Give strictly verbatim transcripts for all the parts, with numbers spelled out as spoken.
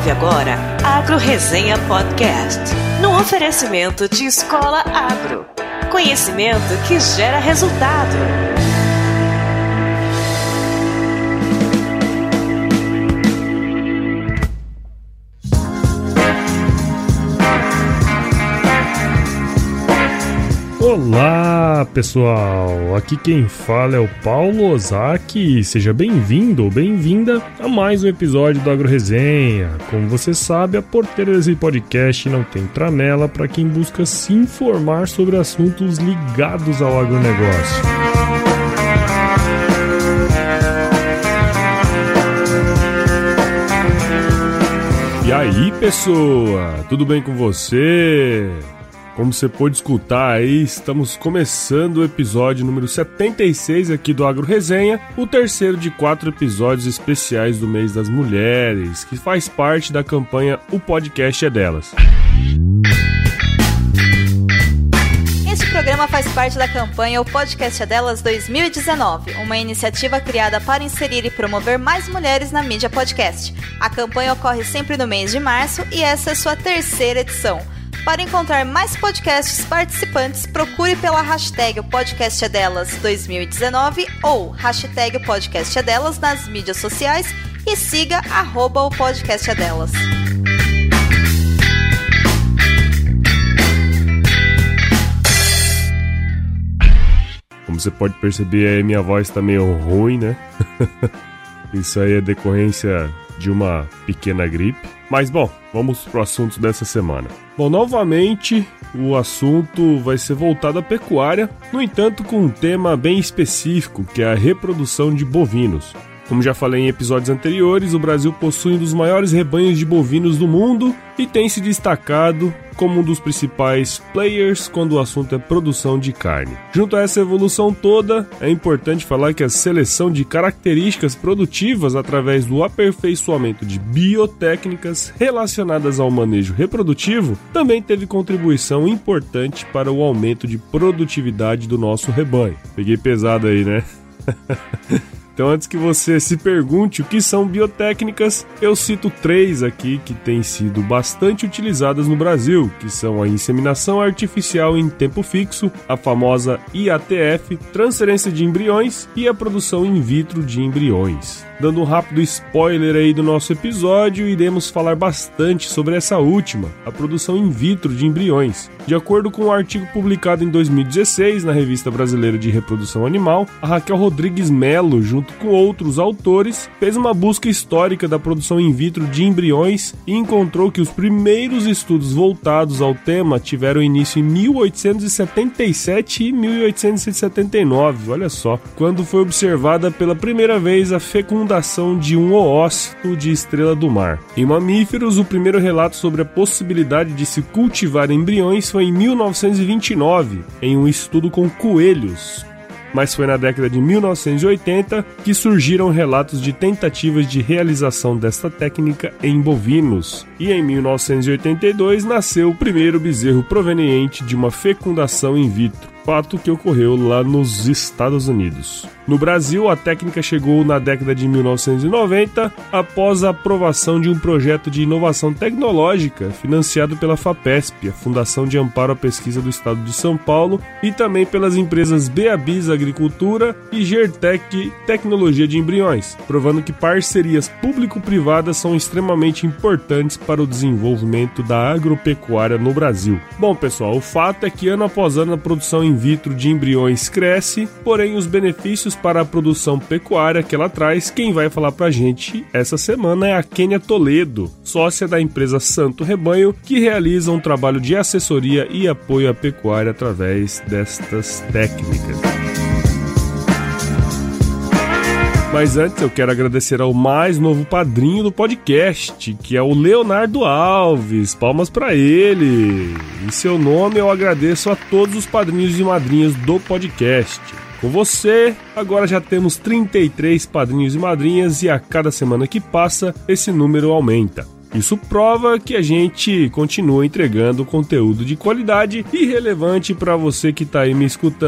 ouve agora Agro Resenha Podcast, no oferecimento de Escola Agro. Conhecimento que gera resultado. Olá pessoal, aqui quem fala é o Paulo Ozaki. Seja bem-vindo ou bem-vinda a mais um episódio do Agro Resenha. Como você sabe, a porteira desse podcast não tem tramela para quem busca se informar sobre assuntos ligados ao agronegócio. E aí pessoa, tudo bem com você? Como você pôde escutar aí, estamos começando o episódio número setenta e seis aqui do Agro Resenha, o terceiro de quatro episódios especiais do mês das mulheres, que faz parte da campanha O Podcast é Delas. Este programa faz parte da campanha O Podcast é Delas dois mil e dezenove, uma iniciativa criada para inserir e promover mais mulheres na mídia podcast. A campanha ocorre sempre no mês de março e essa é sua terceira edição. Para encontrar mais podcasts participantes, procure pela hashtag O Podcast é Delas dois mil e dezenove ou hashtag O Podcast é Delas nas mídias sociais e siga arroba O Podcast é Delas. Como você pode perceber, a minha voz está meio ruim, né? Isso aí é decorrência de uma pequena gripe. Mas bom, vamos para o assunto dessa semana. Bom, novamente o assunto vai ser voltado à pecuária, no entanto com um tema bem específico, que é a reprodução de bovinos. Como já falei em episódios anteriores, o Brasil possui um dos maiores rebanhos de bovinos do mundo e tem se destacado como um dos principais players quando o assunto é produção de carne. Junto a essa evolução toda, é importante falar que a seleção de características produtivas através do aperfeiçoamento de biotécnicas relacionadas ao manejo reprodutivo também teve contribuição importante para o aumento de produtividade do nosso rebanho. Peguei pesado aí, né? Então, antes que você se pergunte o que são biotécnicas, eu cito três aqui que têm sido bastante utilizadas no Brasil, que são a inseminação artificial em tempo fixo, a famosa I A T F, transferência de embriões e a produção in vitro de embriões. Dando um rápido spoiler aí do nosso episódio, iremos falar bastante sobre essa última, a produção in vitro de embriões. De acordo com um artigo publicado em dois mil e dezesseis na Revista Brasileira de Reprodução Animal, a Raquel Rodrigues Melo, junto com outros autores, fez uma busca histórica da produção in vitro de embriões e encontrou que os primeiros estudos voltados ao tema tiveram início em mil oitocentos e setenta e sete e mil oitocentos e setenta e nove, olha só, quando foi observada pela primeira vez a fecundação de um oócito de estrela do mar. Em mamíferos, o primeiro relato sobre a possibilidade de se cultivar embriões foi em mil novecentos e vinte e nove, em um estudo com coelhos. Mas foi na década de mil novecentos e oitenta que surgiram relatos de tentativas de realização desta técnica em bovinos. E em mil novecentos e oitenta e dois nasceu o primeiro bezerro proveniente de uma fecundação in vitro, fato que ocorreu lá nos Estados Unidos. No Brasil, a técnica chegou na década de mil novecentos e noventa, após a aprovação de um projeto de inovação tecnológica financiado pela FAPESP, a Fundação de Amparo à Pesquisa do Estado de São Paulo, e também pelas empresas Beabis Agricultura e Gertec Tecnologia de Embriões, provando que parcerias público-privadas são extremamente importantes para o desenvolvimento da agropecuária no Brasil. Bom, pessoal, o fato é que ano após ano a produção in vitro de embriões cresce, porém os benefícios para a produção pecuária que ela traz, quem vai falar pra gente essa semana é a Kênia Toledo, sócia da empresa Santo Rebanho, que realiza um trabalho de assessoria e apoio à pecuária através destas técnicas. Mas antes eu quero agradecer ao mais novo padrinho do podcast, que é o Leonardo Alves. Palmas para ele! Em seu nome eu agradeço a todos os padrinhos e madrinhas do podcast. Com você, agora já temos trinta e três padrinhos e madrinhas e a cada semana que passa, esse número aumenta. Isso prova que a gente continua entregando conteúdo de qualidade e relevante para você que está aí me escutando.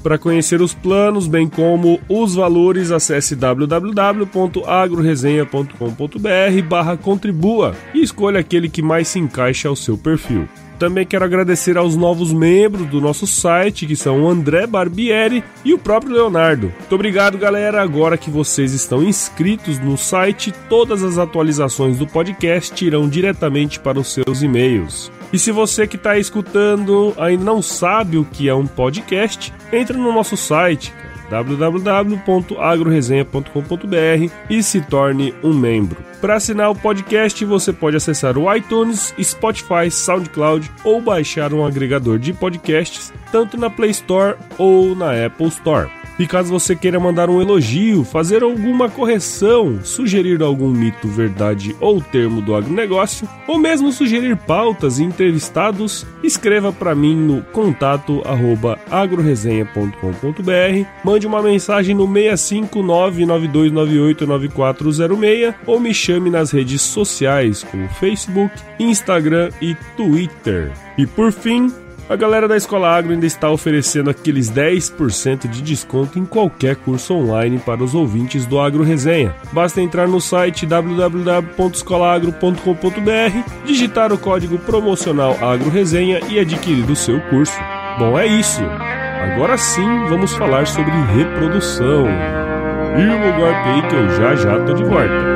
Para conhecer os planos, bem como os valores, acesse w w w ponto agroresenha ponto com ponto b r barra contribua e escolha aquele que mais se encaixa ao seu perfil. Também quero agradecer aos novos membros do nosso site, que são o André Barbieri e o próprio Leonardo. Muito obrigado, galera. Agora que vocês estão inscritos no site, todas as atualizações do podcast irão diretamente para os seus e-mails. E se você que está escutando ainda não sabe o que é um podcast, entre no nosso site, w w w ponto agroresenha ponto com ponto b r e se torne um membro. Para assinar o podcast, você pode acessar o iTunes, Spotify, SoundCloud ou baixar um agregador de podcasts, tanto na Play Store ou na Apple Store. E caso você queira mandar um elogio, fazer alguma correção, sugerir algum mito, verdade ou termo do agronegócio, ou mesmo sugerir pautas e entrevistados, escreva para mim no contato arroba agroresenha ponto com ponto b r, mande uma mensagem no seis cinco nove nove dois nove oito nove quatro zero seis ou me chame nas redes sociais como Facebook, Instagram e Twitter. E por fim, a galera da Escola Agro ainda está oferecendo aqueles dez por cento de desconto em qualquer curso online para os ouvintes do Agro Resenha. Basta entrar no site w w w ponto escola agro ponto com ponto b r, digitar o código promocional Agro Resenha e adquirir o seu curso. Bom, é isso. Agora sim, vamos falar sobre reprodução. E o golpe aí que eu já já tô de volta.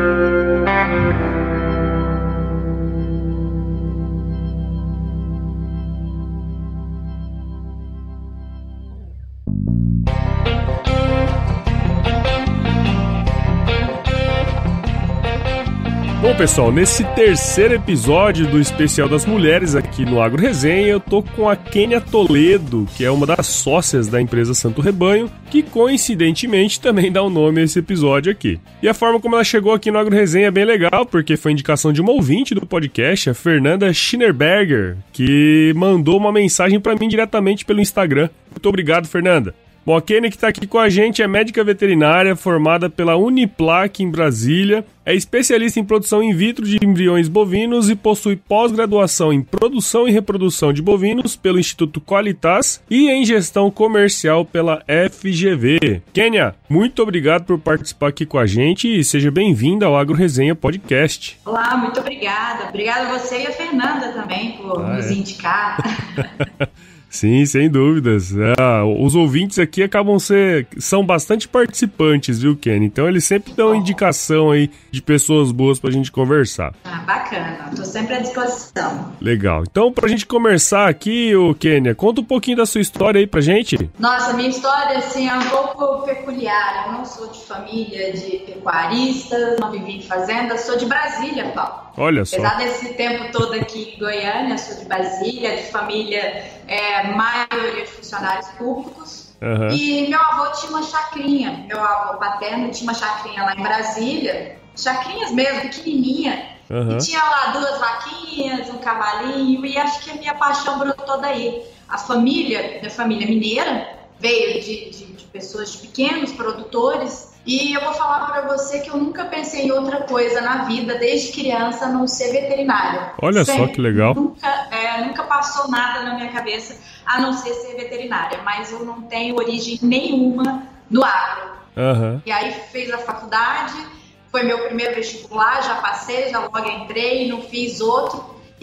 Bom, pessoal, nesse terceiro episódio do Especial das Mulheres aqui no Agro Resenha, eu tô com a Kênia Toledo, que é uma das sócias da empresa Santo Rebanho, que coincidentemente também dá o um nome a esse episódio aqui. E a forma como ela chegou aqui no Agro Resenha é bem legal, porque foi indicação de uma ouvinte do podcast, a Fernanda Schinnerberger, que mandou uma mensagem para mim diretamente pelo Instagram. Muito obrigado, Fernanda. Bom, a Kênia que está aqui com a gente é médica veterinária formada pela Uniplac em Brasília, é especialista em produção in vitro de embriões bovinos e possui pós-graduação em produção e reprodução de bovinos pelo Instituto Qualitas e em gestão comercial pela F G V. Kênia, muito obrigado por participar aqui com a gente e seja bem-vinda ao Agro Resenha Podcast. Olá, muito obrigada. Obrigada a você e a Fernanda também por ah, nos é. indicar. Sim, sem dúvidas. Ah, os ouvintes aqui acabam ser, são bastante participantes, viu, Kenny? Então eles sempre dão indicação aí de pessoas boas pra gente conversar. Ah, bacana. Tô sempre à disposição. Legal. Então, pra gente começar aqui, ô Kênia, conta um pouquinho da sua história aí pra gente. Nossa, minha história, assim, é um pouco peculiar. Eu não sou de família de pecuaristas, não vivi em fazenda, sou de Brasília, Paulo. Olha só. Apesar desse tempo todo aqui em Goiânia, sou de Brasília, de família, é, maioria de funcionários públicos. Uhum. E meu avô tinha uma chacrinha, meu avô paterno tinha uma chacrinha lá em Brasília, chacrinhas mesmo, pequenininha. Uhum. E tinha lá duas vaquinhas, um cavalinho, e acho que a minha paixão brotou daí. A família, minha família mineira, veio de, de, de pessoas de pequenos produtores. E eu vou falar para você que eu nunca pensei em outra coisa na vida, desde criança, a não ser veterinária. Olha Sempre, só que legal. Nunca, é, nunca passou nada na minha cabeça a não ser ser veterinária, mas eu não tenho origem nenhuma no agro. Uhum. E aí fiz a faculdade, foi meu primeiro vestibular, já passei, já logo entrei, não fiz outro.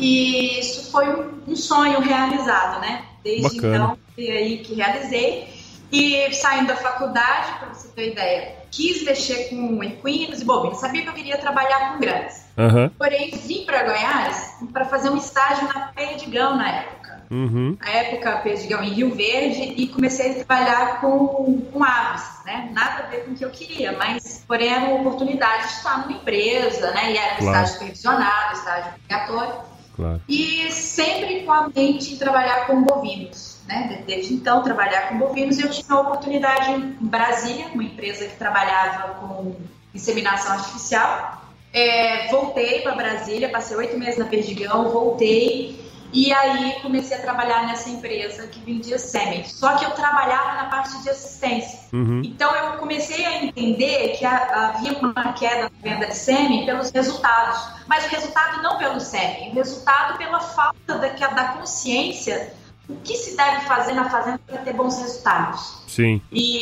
E isso foi um, um sonho realizado, né? Desde Bacana. Então, foi aí que realizei. E saindo da faculdade, para você ter ideia, quis mexer com equinos e bovinos. Sabia que eu queria trabalhar com grandes. Uhum. Porém, vim para Goiás para fazer um estágio na Perdigão na época. Uhum. Na época, Perdigão em Rio Verde, e comecei a trabalhar com, com aves, né? Nada a ver com o que eu queria, mas, porém, era uma oportunidade de estar numa empresa, né? E era um claro. estágio supervisionado, estágio obrigatório. Claro. E sempre com a mente em trabalhar com bovinos. Né? Desde então, trabalhar com bovinos, eu tive uma oportunidade em Brasília, uma empresa que trabalhava com inseminação artificial. É, voltei para Brasília, passei oito meses na Perdigão, voltei e aí comecei a trabalhar nessa empresa que vendia sêmen. Só que eu trabalhava na parte de assistência. Uhum. Então eu comecei a entender que havia uma queda na venda de sêmen pelos resultados, mas o resultado não pelo sêmen, o resultado pela falta da, da consciência o que se deve fazer na fazenda para ter bons resultados. Sim.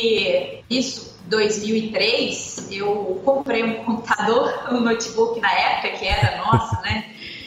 E isso, dois mil e três, eu comprei um computador, um notebook na época, que era nossa, né?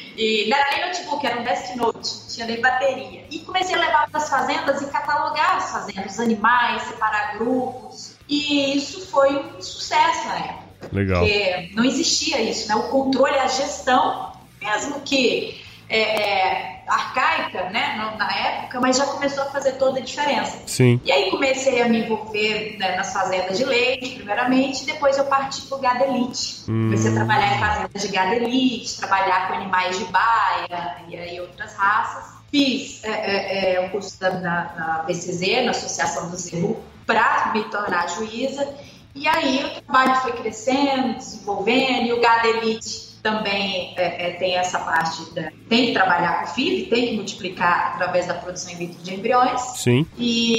E não era nem notebook, era um desk note, tinha nem bateria. E comecei a levar para as fazendas e catalogar as fazendas, os animais, separar grupos. E isso foi um sucesso na época. Legal. Porque não existia isso, né? O controle, a gestão, mesmo que é, é, arcaica, né? Na época, mas já começou a fazer toda a diferença. Sim. E aí comecei a me envolver, né, nas fazendas de leite, primeiramente, e depois eu parti para o gado elite. Hum. Comecei a trabalhar em fazendas de gado elite, trabalhar com animais de baia e aí outras raças. Fiz é, é, é, o curso da, na, na B C Z, na Associação do Zebu, para me tornar juíza. E aí o trabalho foi crescendo, desenvolvendo, e o gado elite também é, é, tem essa parte, da, tem que trabalhar com F I V, tem que multiplicar através da produção in vitro de embriões. Sim.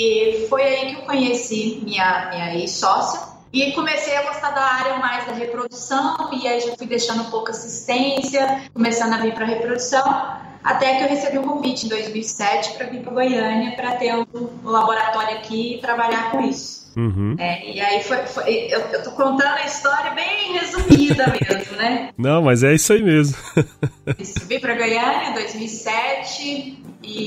E foi aí que eu conheci minha, minha ex-sócia e comecei a gostar da área mais da reprodução, e aí já fui deixando um pouco assistência, começando a vir para a reprodução, até que eu recebi um convite em dois mil e sete para vir para Goiânia para ter um, um laboratório aqui e trabalhar com isso. Uhum. É, e aí foi, foi eu, eu tô contando a história bem resumida mesmo, né? Não, mas é isso aí mesmo. Isso, vim para Goiânia em dois mil e sete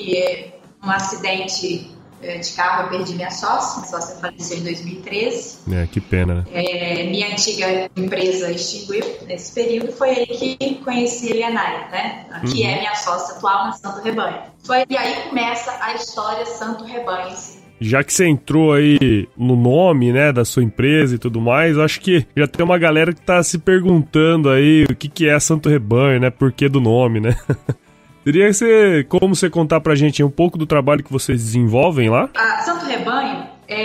e um acidente de carro eu perdi minha sócia, minha sócia faleceu em dois mil e treze. É, que pena, né? É, minha antiga empresa extinguiu nesse período, foi aí que conheci a Elianai, né? Que uhum. é minha sócia atual na Santo Rebanho. Foi, e aí começa a história Santo Rebanho. Já que você entrou aí no nome, né, da sua empresa e tudo mais, eu acho que já tem uma galera que tá se perguntando aí o que que é Santo Rebanho, né, por que do nome, né? Teria você, como você contar pra gente um pouco do trabalho que vocês desenvolvem lá? A Santo Rebanho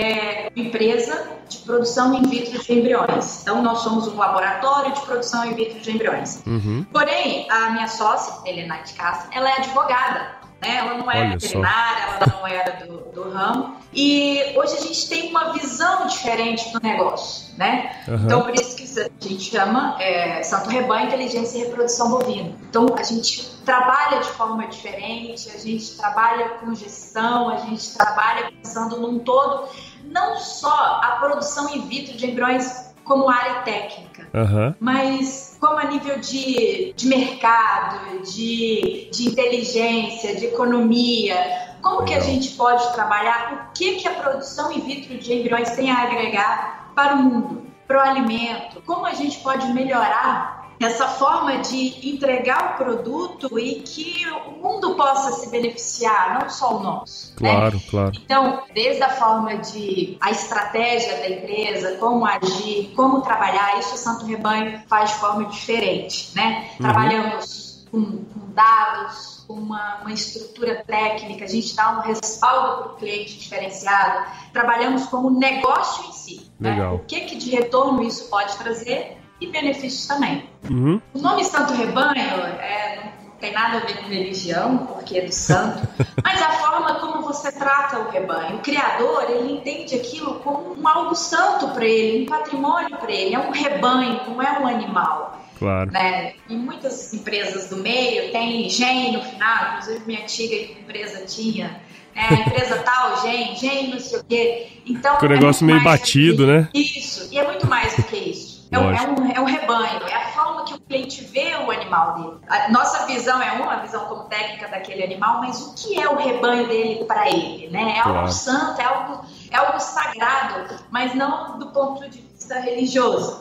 é uma empresa de produção in vitro de embriões. Então, nós somos um laboratório de produção in vitro de embriões. Uhum. Porém, a minha sócia, Helena de Castro, ela é advogada. Né? Ela não era veterinária, ela não era do, do ramo. E hoje a gente tem uma visão diferente do negócio, né? Uhum. Então, por isso que a gente chama é, Santo Rebanho Inteligência e Reprodução Bovina. Então, a gente trabalha de forma diferente, a gente trabalha com gestão, a gente trabalha pensando num todo, não só a produção in vitro de embriões como área técnica, uhum. mas como a nível de, de mercado, de, de inteligência, de economia, como Legal. que a gente pode trabalhar, o que, que a produção in vitro de embriões tem a agregar para o mundo, para o alimento, como a gente pode melhorar essa forma de entregar o produto e que o mundo possa se beneficiar, não só o nosso. Claro, né? claro. Então, desde a forma de a estratégia da empresa, como agir, como trabalhar, isso o Santo Rebanho faz de forma diferente, né? Uhum. Trabalhamos com, com dados, com uma, uma estrutura técnica, a gente dá um respaldo para o cliente diferenciado, trabalhamos como negócio em si. Legal. Né? O que, que de retorno isso pode trazer? E benefícios também. Uhum. O nome Santo Rebanho é, não tem nada a ver com religião, porque é do santo, mas a forma como você trata o rebanho. O criador, ele entende aquilo como um algo santo para ele, um patrimônio para ele, é um rebanho, não é um animal. Claro. Né? E muitas empresas do meio tem gen no final, inclusive minha antiga empresa tinha, é, a empresa tal, gen, gen não sei o quê. Então, o é negócio meio batido, né? Isso, e é muito mais do que isso. É um, é, um, é um rebanho, é a forma que o cliente vê o animal dele. A nossa visão é uma, a visão como técnica daquele animal, mas o que é o rebanho dele para ele? Né? É algo claro. santo, é algo, é algo sagrado, mas não do ponto de vista religioso.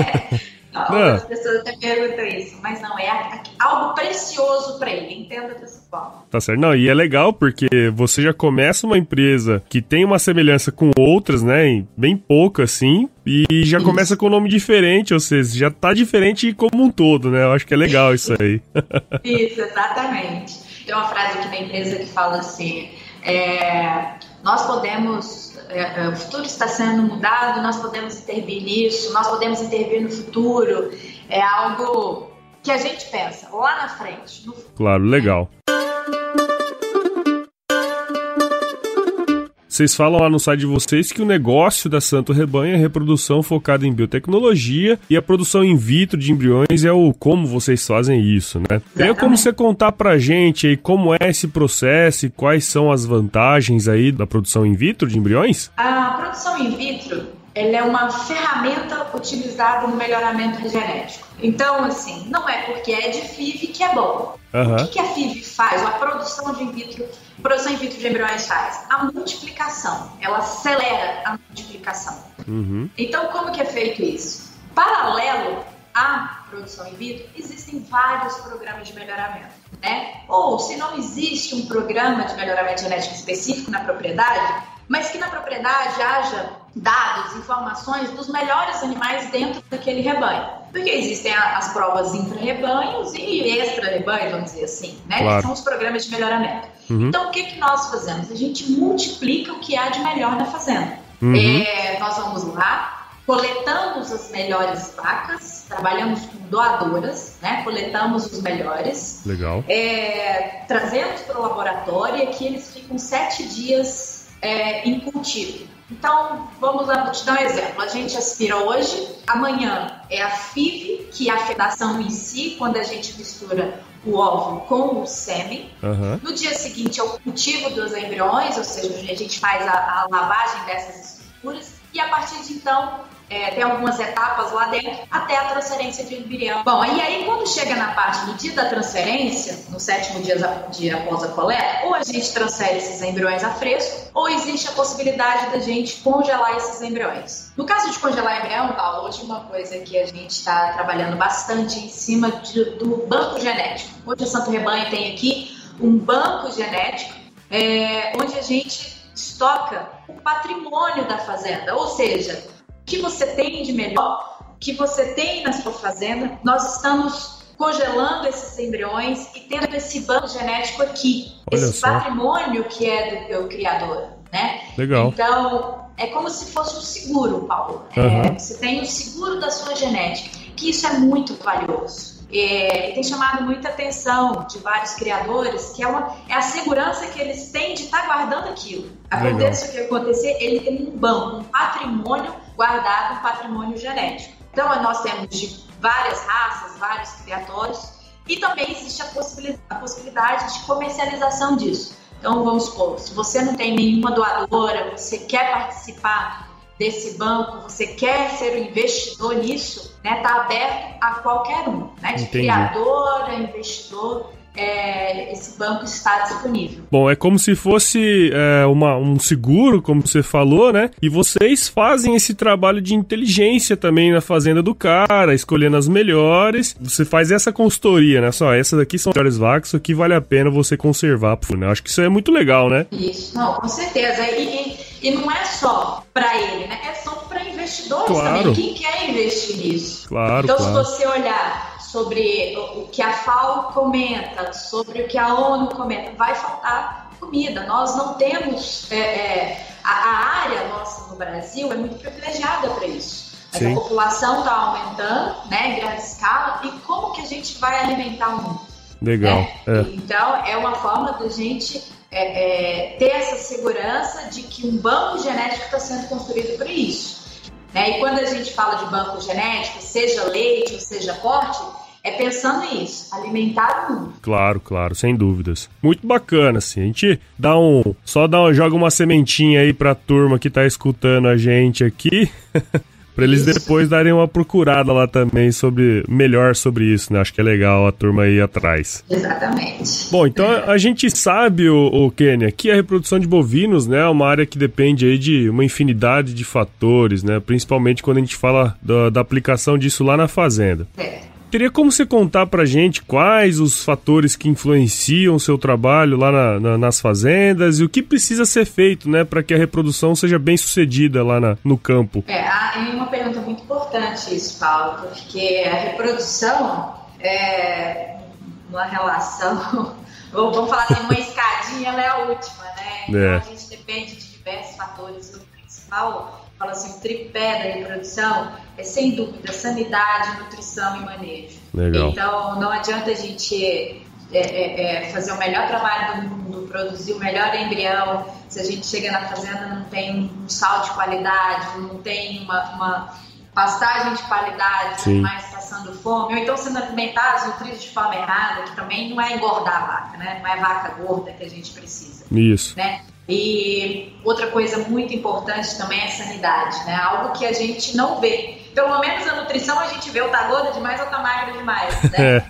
As pessoas até perguntam isso, mas não, é algo precioso para ele, entenda dessa forma. Tá certo, não, e é legal porque você já começa uma empresa que tem uma semelhança com outras, né, bem pouco assim, e já isso. começa com um nome diferente, ou seja, já tá diferente como um todo, né, eu acho que é legal isso aí. Isso, exatamente. Tem uma frase aqui na empresa que fala assim, é, nós podemos... É, o futuro está sendo mudado, nós podemos intervir nisso, nós podemos intervir no futuro. É algo que a gente pensa lá na frente. No... Claro, legal. vocês falam lá no site de vocês que o negócio da Santo Rebanho é reprodução focada em biotecnologia e a produção in vitro de embriões é o como vocês fazem isso, né? Tem como você contar pra gente aí como é esse processo e quais são as vantagens aí da produção in vitro de embriões? A produção in vitro, ela é uma ferramenta utilizada no melhoramento genético. Então, assim, não é porque é de F I V que é bom. Uhum. O que a F I V faz, ou a produção de in vitro, a produção in vitro de embriões faz? A multiplicação. Ela acelera a multiplicação. Uhum. Então, como que é feito isso? Paralelo à produção in vitro, existem vários programas de melhoramento, né? Ou, se não existe um programa de melhoramento genético específico na propriedade, mas que na propriedade haja dados, informações dos melhores animais dentro daquele rebanho. Porque existem as provas intra-rebanhos e extra-rebanhos, vamos dizer assim, né? Claro. Que são os programas de melhoramento. Uhum. Então, o que, que nós fazemos? A gente multiplica o que há de melhor na fazenda. Uhum. É, nós vamos lá, coletamos as melhores vacas, trabalhamos com doadoras, né? Coletamos os melhores. Legal. É, trazemos para o laboratório e aqui eles ficam sete dias é, em cultivo. Então, vamos lá, vou te dar um exemplo. A gente aspira hoje, amanhã é a F I V, que é a fecundação em si, quando a gente mistura o óvulo com o sêmen. Uhum. No dia seguinte é o cultivo dos embriões, ou seja, a gente faz a, a lavagem dessas estruturas e a partir de então é, tem algumas etapas lá dentro até a transferência de embrião. Bom, e aí quando chega na parte do dia da transferência, no sétimo dia, dia após a coleta, ou a gente transfere esses embriões a fresco, ou existe a possibilidade da gente congelar esses embriões. No caso de congelar embrião, Paulo, hoje uma coisa que a gente está trabalhando bastante em cima de, do banco genético. Hoje a Santo Rebanho tem aqui um banco genético é, onde a gente estoca o patrimônio da fazenda, ou seja, o que você tem de melhor, o que você tem na sua fazenda, nós estamos congelando esses embriões e tendo esse banco genético aqui, Olha esse só. patrimônio que é do teu criador, né? Legal. Então, é como se fosse um seguro, Paulo. Uhum. É, você tem o seguro da sua genética, que isso é muito valioso. É, tem chamado muita atenção de vários criadores, que é, uma, é a segurança que eles têm de estar guardando aquilo. Aconteça o que acontecer, ele tem um banco, um patrimônio guardado, um patrimônio genético. Então, nós temos de várias raças, vários criatórios, e também existe a possibilidade, a possibilidade de comercialização disso. Então, vamos supor, se você não tem nenhuma doadora, você quer participar desse banco, você quer ser um investidor nisso, né? Está aberto a qualquer um, né? De Entendi. criadora, investidor, é, esse banco está disponível. Bom, é como se fosse é, uma, um seguro, como você falou, né? E vocês fazem esse trabalho de inteligência também na fazenda do cara, escolhendo as melhores. Você faz essa consultoria, né? Só, essas aqui são as melhores vacas, isso aqui vale a pena você conservar, né? Acho que isso é muito legal, né? Isso, não, com certeza. E, e, e não é só para ele, né? É só para investidores claro. também. Quem quer investir nisso? Claro, então, claro. se você olhar sobre o que a F A O comenta, sobre o que a ONU comenta, vai faltar comida. Nós não temos... É, é, a, a área nossa no Brasil é muito privilegiada para isso. Mas Sim. a população está aumentando, né, em grande escala. E como que a gente vai alimentar o mundo? Legal. Né? É. Então, é uma forma da gente é, é, ter essa segurança de que um banco genético está sendo construído para isso. Né? E quando a gente fala de banco genético, seja leite ou seja corte, é pensando nisso, alimentar o mundo. Claro, claro, sem dúvidas. Muito bacana, assim. A gente dá um, só dá um, joga uma sementinha aí pra turma que tá escutando a gente aqui, pra eles isso. depois darem uma procurada lá também sobre, melhor sobre isso, né? Acho que é legal a turma aí atrás. Exatamente. Bom, então a gente sabe, o, o Kênia, que a reprodução de bovinos, né, é uma área que depende aí de uma infinidade de fatores, né? Principalmente quando a gente fala da, da aplicação disso lá na fazenda. É. Teria como você contar pra gente quais os fatores que influenciam o seu trabalho lá na, na, nas fazendas e o que precisa ser feito, né, para que a reprodução seja bem sucedida lá na, no campo? É, é uma pergunta muito importante isso, Paulo, porque a reprodução é uma relação, vamos falar assim, uma escadinha, ela é a última, né? Então é. a gente depende de diversos fatores. O principal, fala assim, o tripé da reprodução é, sem dúvida, sanidade, nutrição e manejo. Legal. Então, não adianta a gente é, é, é, fazer o melhor trabalho do mundo, produzir o melhor embrião, se a gente chega na fazenda não tem um sal de qualidade, não tem uma, uma pastagem de qualidade, mas passando fome, ou então sendo alimentados, nutridos de forma errada, que também não é engordar a vaca, né? Não é vaca gorda que a gente precisa. Isso. Né? E outra coisa muito importante também é a sanidade, né? Algo que a gente não vê. Pelo menos a nutrição a gente vê ou tá gorda demais ou tá magra demais, né? É.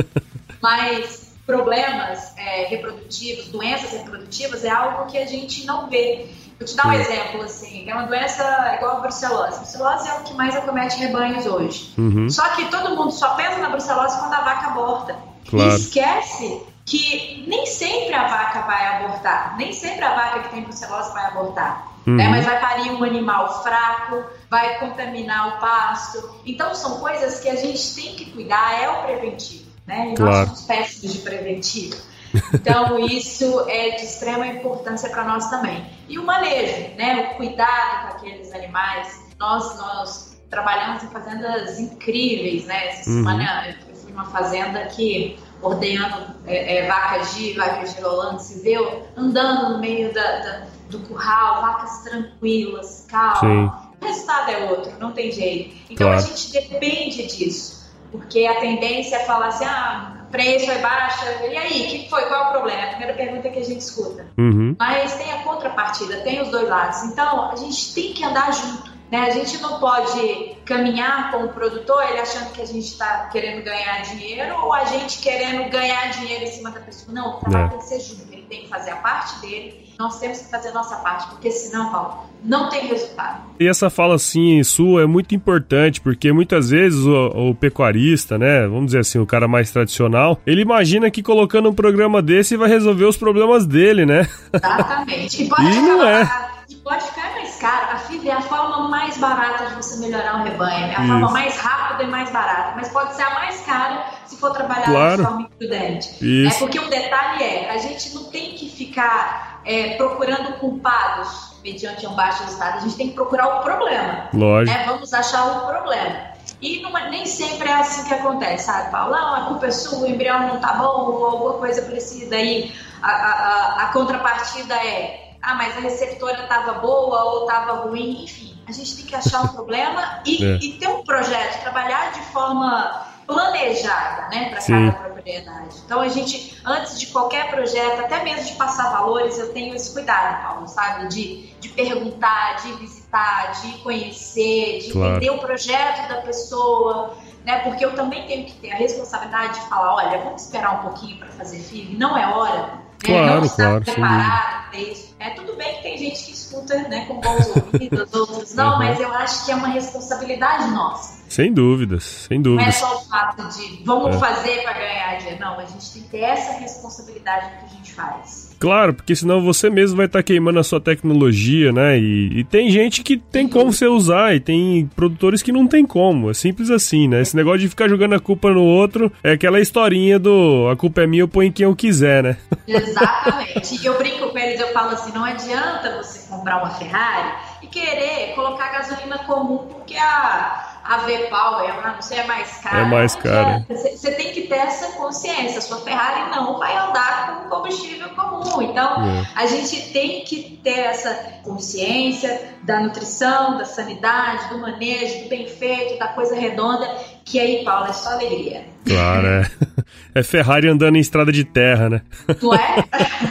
Mas problemas é, reprodutivos, doenças reprodutivas é algo que a gente não vê. Vou te dar um exemplo, assim, é uma doença igual a brucelose. A brucelose é o que mais acomete rebanhos hoje. Uhum. Só que todo mundo só pensa na brucelose quando a vaca aborta. Claro. E esquece que nem sempre a vaca vai abortar, nem sempre a vaca que tem brucelose vai abortar. Uhum. Né? Mas vai parir um animal fraco, vai contaminar o pasto. Então são coisas que a gente tem que cuidar, é o preventivo, né? E claro. Nós somos péssimos de preventivo. Então isso é de extrema importância para nós também. E o manejo, né? O cuidado com aqueles animais. Nós, nós trabalhamos em fazendas incríveis, né? Essa uhum. semana eu fui numa fazenda que ordenhando é, é, vacas de, vacas girolantes, se vê andando no meio da, da, do curral, vacas tranquilas, calmas. O resultado é outro, não tem jeito. Então claro. A gente depende disso, porque a tendência é falar assim, ah, preço é baixa, e aí, o que foi? Qual é o problema? É a primeira pergunta que a gente escuta. Uhum. Mas tem a contrapartida, tem os dois lados. Então, a gente tem que andar junto. Né? A gente não pode caminhar com o produtor, ele achando que a gente está querendo ganhar dinheiro ou a gente querendo ganhar dinheiro em cima da pessoa. Não, o trabalho é. tem que ser junto, ele tem que fazer a parte dele, nós temos que fazer a nossa parte, porque senão, Paulo, não tem resultado. E essa fala assim sua é muito importante, porque muitas vezes o, o pecuarista, né, vamos dizer assim, o cara mais tradicional, ele imagina que colocando um programa desse vai resolver os problemas dele, né? Exatamente. E, pode e não é. Pode ficar mais caro. A fibra é a forma mais barata de você melhorar um rebanho. É a Isso. forma mais rápida e mais barata. Mas pode ser a mais cara se for trabalhar claro. de forma imprudente. É porque o detalhe é, a gente não tem que ficar é, procurando culpados mediante um baixo resultado. A gente tem que procurar o problema. Lógico. Né? Vamos achar o problema. E não, nem sempre é assim que acontece, sabe, Paulo? Não, a culpa é sua, o embrião não tá bom, ou alguma coisa parecida. Aí a, a, a, a contrapartida é... ah, mas a receptora estava boa ou estava ruim, enfim. A gente tem que achar o problema e, é. e ter um projeto, trabalhar de forma planejada, né, para cada propriedade. Então, a gente, antes de qualquer projeto, até mesmo de passar valores, eu tenho esse cuidado, Paulo, sabe? De, de perguntar, de visitar, de conhecer, de claro. entender o projeto da pessoa, né? Porque eu também tenho que ter a responsabilidade de falar, olha, vamos esperar um pouquinho para fazer filho, não é hora. Claro, né? Não está claro, preparado para isso. É, tudo bem que tem gente que escuta, né, com bons ouvidos, outros não, uhum. mas eu acho que é uma responsabilidade nossa. Sem dúvidas, sem dúvidas. Não é só o fato de vamos é. fazer para ganhar dinheiro. Não, a gente tem que ter essa responsabilidade no que a gente faz. Claro, porque senão você mesmo vai estar tá queimando a sua tecnologia, né? E, e tem gente que tem como você usar e tem produtores que não tem como. É simples assim, né? Esse negócio de ficar jogando a culpa no outro é aquela historinha do a culpa é minha, eu ponho em quem eu quiser, né? Exatamente. E eu brinco com eles, eu falo assim, não adianta você comprar uma Ferrari e querer colocar gasolina comum porque a... a V-Power, não sei, é mais cara. É mais cara. Você tem que ter essa consciência. A sua Ferrari não vai andar com combustível comum. Então, é. a gente tem que ter essa consciência da nutrição, da sanidade, do manejo, do bem feito, da coisa redonda, que aí, Paulo, é só alegria. Claro, é. É Ferrari andando em estrada de terra, né? Tu é?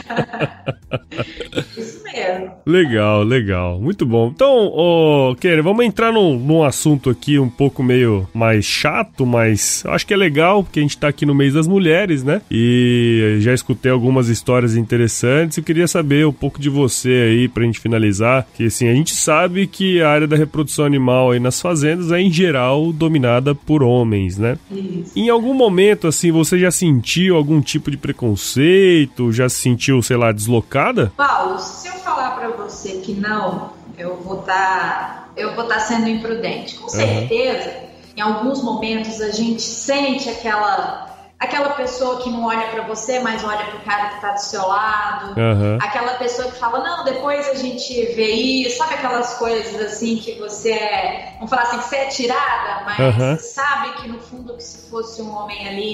Isso mesmo. Legal, legal. Muito bom. Então, oh, Keren, vamos entrar num, num assunto aqui um pouco meio mais chato, mas eu acho que é legal, porque a gente tá aqui no mês das mulheres, né? E já escutei algumas histórias interessantes. Eu queria saber um pouco de você aí, pra gente finalizar, que assim, a gente sabe que a área da reprodução animal aí nas fazendas é, em geral, dominada por homens, né? Isso. Em algum momento, assim, você já sentiu algum tipo de preconceito? Já se sentiu, sei lá, deslocada? Paulo, se eu falar pra você que não, eu vou estar tá, eu vou estar tá sendo imprudente. Com certeza, uhum. em alguns momentos a gente sente aquela aquela pessoa que não olha pra você, mas olha pro cara que tá do seu lado. Uhum. Aquela pessoa que fala, não, depois a gente vê isso. Sabe aquelas coisas assim que você é, vamos falar assim, que você é tirada, mas uhum. sabe que no fundo que se fosse um homem ali,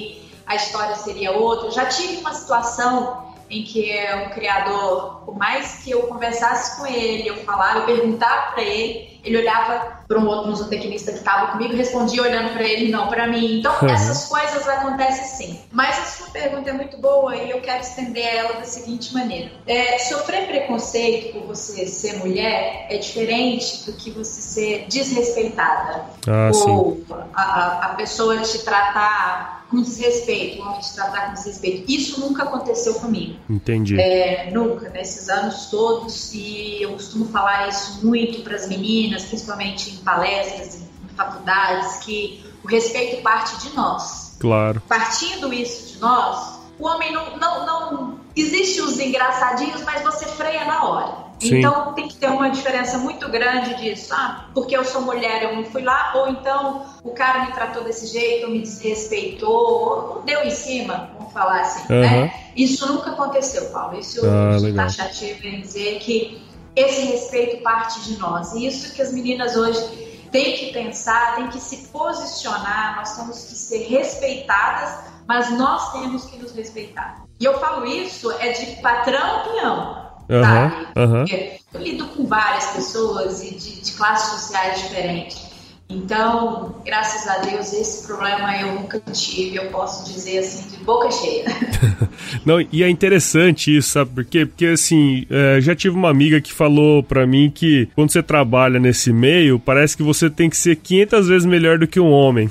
a história seria outra. Eu já tive uma situação em que o criador, por mais que eu conversasse com ele, eu falava, eu perguntava para ele, ele olhava para um outro zootecnista que estava comigo, respondia olhando para ele, não para mim. Então, uhum. essas coisas acontecem sim. Mas a sua pergunta é muito boa e eu quero estender ela da seguinte maneira. É, sofrer preconceito por você ser mulher é diferente do que você ser desrespeitada. Ah, ou sim. A, a pessoa te tratar com desrespeito, o homem te tratar com desrespeito. Isso nunca aconteceu comigo. Entendi. É, nunca, nesses anos todos, e eu costumo falar isso muito para as meninas, principalmente em palestras, em faculdades, que o respeito parte de nós. Claro. Partindo isso de nós, o homem não... não, não existe os engraçadinhos, mas você freia na hora. Sim. Então tem que ter uma diferença muito grande disso, ah, porque eu sou mulher, eu não fui lá, ou então o cara me tratou desse jeito, me desrespeitou, ou deu em cima, vamos falar assim, uhum. né? Isso nunca aconteceu, Paulo. Isso ah, é taxativo em dizer que esse respeito parte de nós. E isso que as meninas hoje têm que pensar, têm que se posicionar, nós temos que ser respeitadas, mas nós temos que nos respeitar. E eu falo isso é de patrão peão. Uhum, sabe? Uhum. Eu lido com várias pessoas e de, de classes sociais diferentes. Então, graças a Deus, esse problema eu nunca tive, eu posso dizer assim, de boca cheia. Não, e é interessante isso, sabe por quê? Porque assim, é, já tive uma amiga que falou pra mim que quando você trabalha nesse meio, parece que você tem que ser quinhentas vezes melhor do que um homem.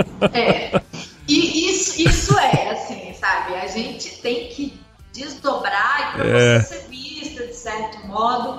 É, e isso, isso é, assim, sabe? A gente tem que desdobrar e pra é. você ser vista de certo modo,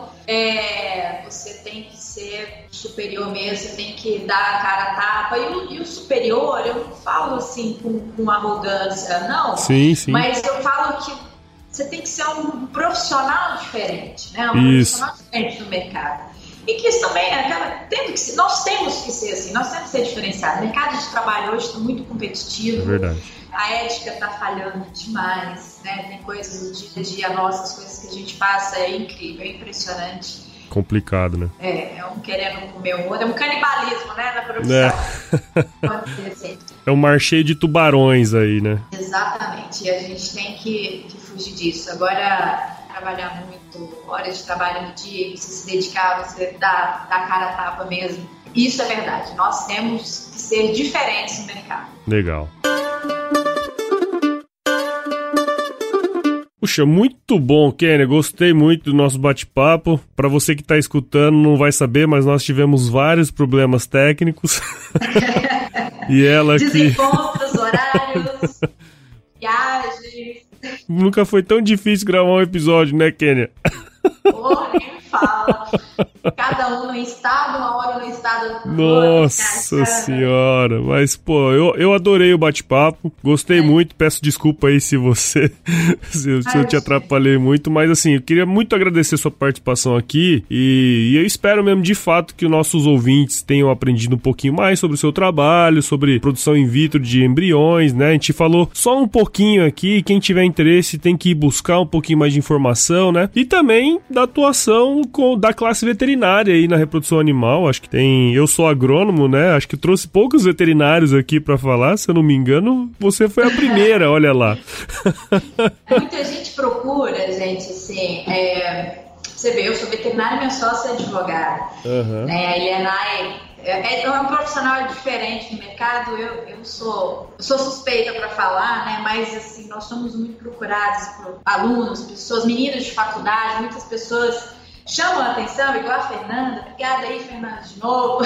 é, você tem que ser superior mesmo, você tem que dar a cara a tapa. E o, e o superior, eu não falo assim com, com arrogância, não. Sim, sim. Mas eu falo que você tem que ser um profissional diferente, né? Um isso. profissional diferente do mercado. E que isso também é aquela. Tendo que ser, nós temos que ser assim, nós temos que ser diferenciados. O mercado de trabalho hoje está muito competitivo. É verdade. A ética está falhando demais, né? Tem coisas do dia a dia, nossas coisas que a gente passa, é incrível, é impressionante. Complicado, né? É, é um querendo comer o outro, é um canibalismo, né, na produção. É, pode ser assim. É um mar cheio de tubarões aí, né? Exatamente, e a gente tem que, que fugir disso. Agora, trabalhar muito, horas de trabalho no dia, você se dedicar, você dar, dar cara a tapa mesmo. Isso é verdade, nós temos que ser diferentes no mercado. Legal. Puxa, muito bom, Kênia. Gostei muito do nosso bate-papo. Para você que está escutando, não vai saber, mas nós tivemos vários problemas técnicos. E ela que... Desencontros, horários, viagens. Nunca foi tão difícil gravar um episódio, né, Kênia? Porra, nem me fala. Cada um no estado, uma hora no estado. Nossa outro, senhora. Mas, pô, eu, eu adorei o bate-papo. Gostei é. muito. Peço desculpa aí se você... se, se eu te atrapalhei muito. Mas, assim, eu queria muito agradecer sua participação aqui. E, e eu espero mesmo, de fato, que os nossos ouvintes tenham aprendido um pouquinho mais sobre o seu trabalho, sobre produção in vitro de embriões, né? A gente falou só um pouquinho aqui. Quem tiver interesse tem que buscar um pouquinho mais de informação, né? E também da atuação com, da classe veterinária aí na reprodução animal. Acho que tem... Eu sou agrônomo, né? Acho que trouxe poucos veterinários aqui pra falar. Se eu não me engano, você foi a primeira, olha lá. Muita gente procura, gente, assim... É... Você vê, eu sou veterinária e minha sócia é advogada. Uhum. É, a Elianai é, é um profissional diferente no mercado. Eu, eu, sou, eu sou suspeita para falar, né? Mas assim, nós somos muito procurados por alunos, pessoas, meninas de faculdade, muitas pessoas chamam a atenção, igual a Fernanda. Obrigada aí, Fernanda, de novo,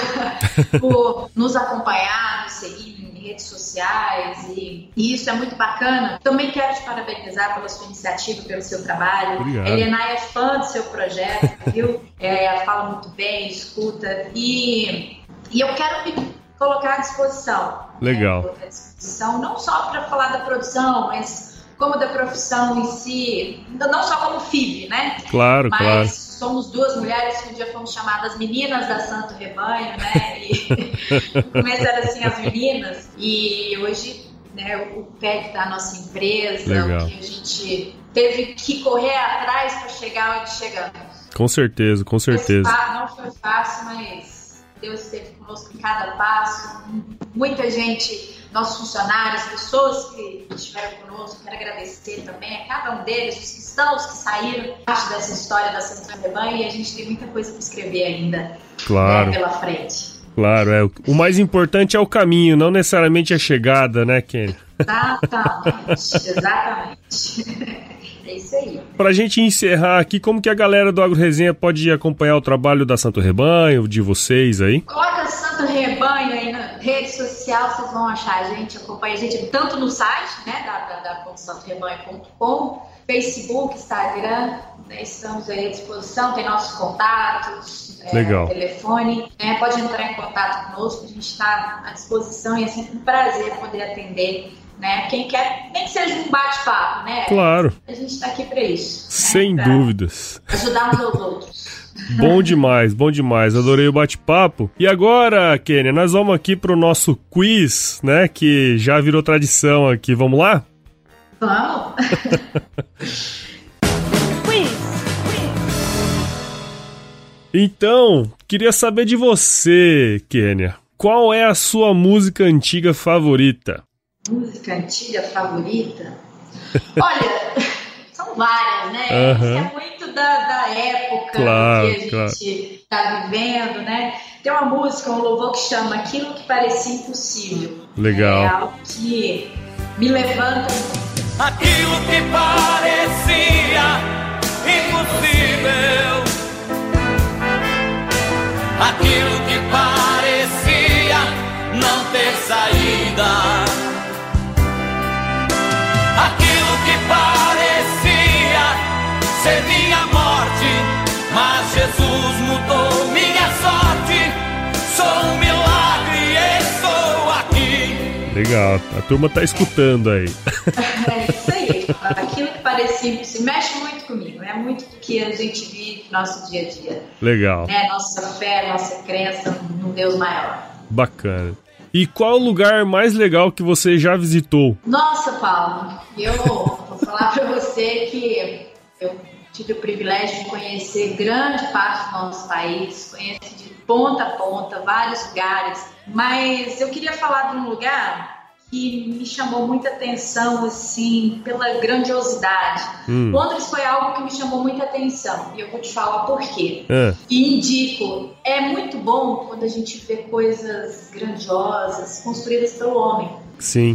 por nos acompanhar, nos seguir em redes sociais, e, e isso é muito bacana. Também quero te parabenizar pela sua iniciativa, pelo seu trabalho. Obrigado. A Elianai é fã do seu projeto, viu? É, ela fala muito bem, escuta, e, e eu quero me colocar à disposição. Legal. Né? À disposição, não só para falar da produção, mas como da profissão em si, não só como F I V, né? Claro, mas claro. Somos duas mulheres que um dia fomos chamadas meninas da Santo Rebanho, né? E no começo era assim, as meninas, e hoje, né, o P E C da nossa empresa, Legal. O que a gente teve que correr atrás para chegar onde chegamos. Com certeza, com certeza. Não foi fácil, mas Deus esteve conosco em cada passo. Muita gente, nossos funcionários, pessoas que estiveram conosco, quero agradecer também a cada um deles, os que estão, os que saíram, parte dessa história da Santo Rebanho, e a gente tem muita coisa para escrever ainda, claro, né, pela frente. Claro, é. O mais importante é o caminho, não necessariamente a chegada, né, Kênia? Exatamente, exatamente. É isso aí. Pra gente encerrar aqui, como que a galera do Agro Resenha pode acompanhar o trabalho da Santo Rebanho, de vocês aí? Coloca Santo Rebanho aí na rede social, vocês vão achar a gente, acompanha a gente tanto no site, né, w w w ponto santo rebanho ponto com, Facebook, Instagram, né, estamos aí à disposição, tem nossos contatos, Legal. É, telefone, né, pode entrar em contato conosco, a gente está à disposição e é sempre um prazer poder atender, né, quem quer, nem que seja um bate-papo, né? Claro. A gente está aqui para isso. Sem né, dúvidas. Ajudar uns aos outros. Bom demais, bom demais. Adorei o bate-papo. E agora, Kênia, nós vamos aqui pro nosso quiz, né? Que já virou tradição aqui. Vamos lá? Vamos. Quiz. Então, queria saber de você, Kênia. Qual é a sua música antiga favorita? Música antiga favorita? Olha, são várias, né? Uhum. Isso é muito da, da época claro, que a gente claro. tá vivendo, né? Tem uma música, um louvor que chama Aquilo que Parecia Impossível. Legal. É algo que me levanta. Aquilo que parecia impossível, aquilo que parecia não ter saída, aquilo que parecia ser minha morte, mas Jesus mudou minha sorte. Sou um milagre e estou aqui. Legal, a turma tá escutando aí. É isso aí, aquilo que parecia impossível mexe muito comigo, é muito do que a gente vive no nosso dia a dia. Legal. Né? Nossa fé, nossa crença num Deus maior. Bacana. E qual o lugar mais legal que você já visitou? Nossa, Paulo, eu vou falar pra você que eu tive o privilégio de conhecer grande parte do nosso país, conheço de ponta a ponta, vários lugares, mas eu queria falar de um lugar que me chamou muita atenção, assim, pela grandiosidade. Hum. Londres foi algo que me chamou muita atenção, e eu vou te falar por quê. É. E indico, é muito bom quando a gente vê coisas grandiosas construídas pelo homem. Sim.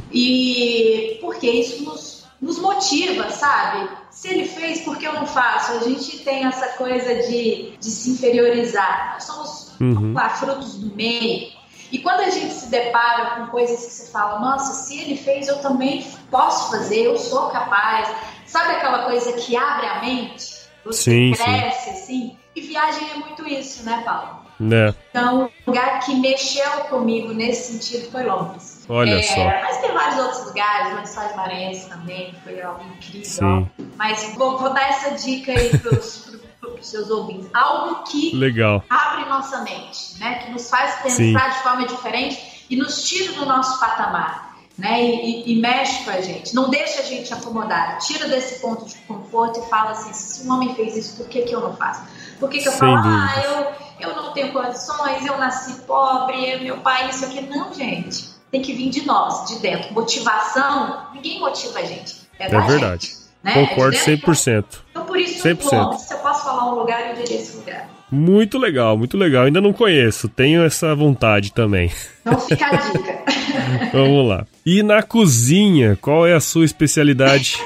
E porque isso nos, nos motiva, sabe? Se ele fez, por que eu não faço? A gente tem essa coisa de, de se inferiorizar. Nós somos, uhum. vamos lá, frutos do meio. E quando a gente se depara com coisas que você fala, nossa, se ele fez, eu também posso fazer, eu sou capaz. Sabe aquela coisa que abre a mente? Você sim, cresce, sim. assim. E viagem é muito isso, né, Paulo? É. Então, o lugar que mexeu comigo nesse sentido foi Londres. Olha é, só. Mas tem vários outros lugares, Lençóis Maranhenses também, foi algo incrível. Sim. Mas vou, vou dar essa dica aí pros... para os seus ouvintes, algo que Legal. abre nossa mente, né? Que nos faz pensar Sim. de forma diferente e nos tira do nosso patamar, né? E, e, e mexe com a gente, não deixa a gente acomodar, tira desse ponto de conforto e fala assim, se um homem fez isso, por que, que eu não faço? Por que, que eu Sem falo, dúvida. ah, eu, eu não tenho condições, eu nasci pobre, meu pai, isso aqui, não, gente, tem que vir de nós, de dentro. Motivação, ninguém motiva a gente, é, é verdade. Gente. Né? Concordo cem por cento. Então, por isso, cem por cento. Londres, se eu posso falar um lugar, eu diria esse lugar. Muito legal, muito legal. Ainda não conheço, tenho essa vontade também. Então fica a dica. Vamos lá. E na cozinha, qual é a sua especialidade?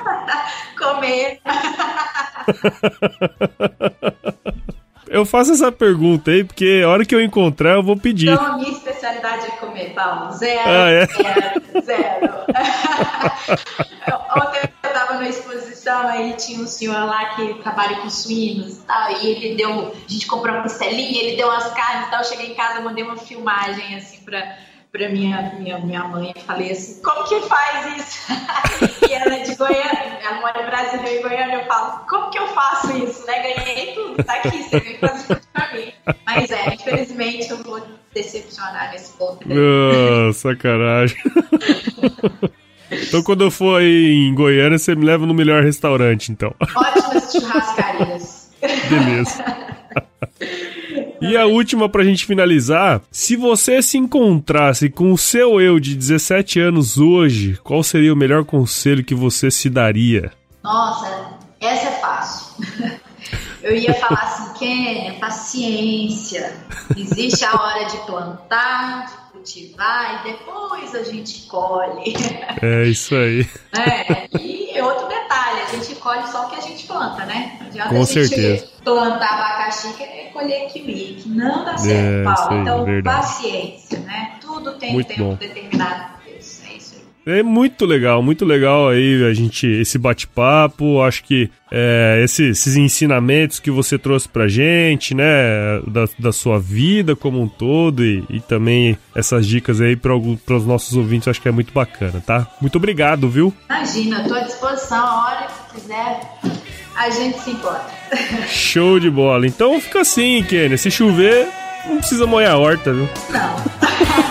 Comer. Eu faço essa pergunta aí, porque a hora que eu encontrar eu vou pedir. Então, a minha especialidade é comer, Paulo. Zero, ah, é? zero, zero. Ontem eu tava numa exposição, aí tinha um senhor lá que trabalha com suínos e tal, e ele deu, a gente comprou uma costelinha, ele deu umas carnes e tal, eu cheguei em casa, mandei uma filmagem, assim, pra, pra minha, minha, minha mãe, e falei assim, como que faz isso? E ela é de Goiânia, ela mora em Brasília e Goiânia, eu falo, como que eu faço isso, né? Ganhei tudo, tá aqui, você veio fazer tudo pra mim. Mas é, infelizmente eu vou decepcionar nesse ponto. Ah, sacanagem. Então quando eu for aí em Goiânia, você me leva no melhor restaurante, então. Ótimas churrascarias. Beleza. E a última pra gente finalizar, se você se encontrasse com o seu eu de dezessete anos hoje, qual seria o melhor conselho que você se daria? Nossa, essa é fácil. Eu ia falar assim, Kênia, paciência. Existe a hora de plantar, de cultivar e depois a gente colhe. É isso aí. É, e outro detalhe, a gente colhe só o que a gente planta, né? Não adianta Com a gente certeza. plantar abacaxi e colher kiwi, que não dá certo, é, Paulo. aí, então, verdade. paciência, né? Tudo tem Muito um tempo bom. determinado. Isso, é isso aí. É muito legal, muito legal aí a gente, esse bate-papo, acho que é, esses, esses ensinamentos que você trouxe pra gente, né, da, da sua vida como um todo e, e também essas dicas aí para os nossos ouvintes, acho que é muito bacana, tá? Muito obrigado, viu? Imagina, eu tô à disposição, a hora que quiser, a gente se encontra. Show de bola. Então fica assim, Kênia, se chover, não precisa molhar a horta, viu? Não.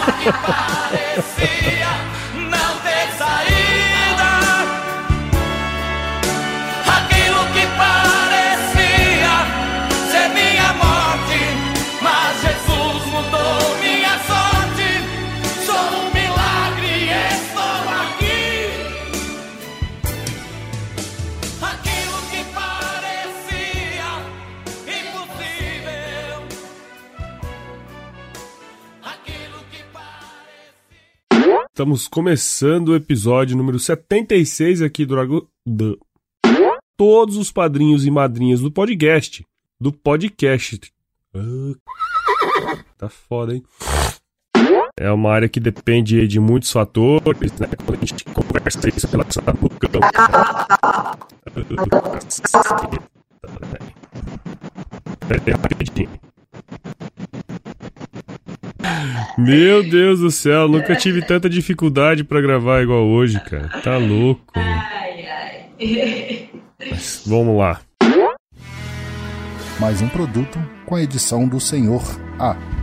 Estamos começando o episódio número setenta e seis aqui do Drago... do... Todos os padrinhos e madrinhas do podcast. Do podcast. Ah, tá foda, hein? É uma área que depende de muitos fatores, né? Quando a gente conversa isso pela sala do campo. Peraí, rapidinho. Meu Deus do céu, nunca tive tanta dificuldade pra gravar igual hoje, cara. Tá louco. Ai, ai. Mas, vamos lá. Mais um produto com a edição do Senhor A.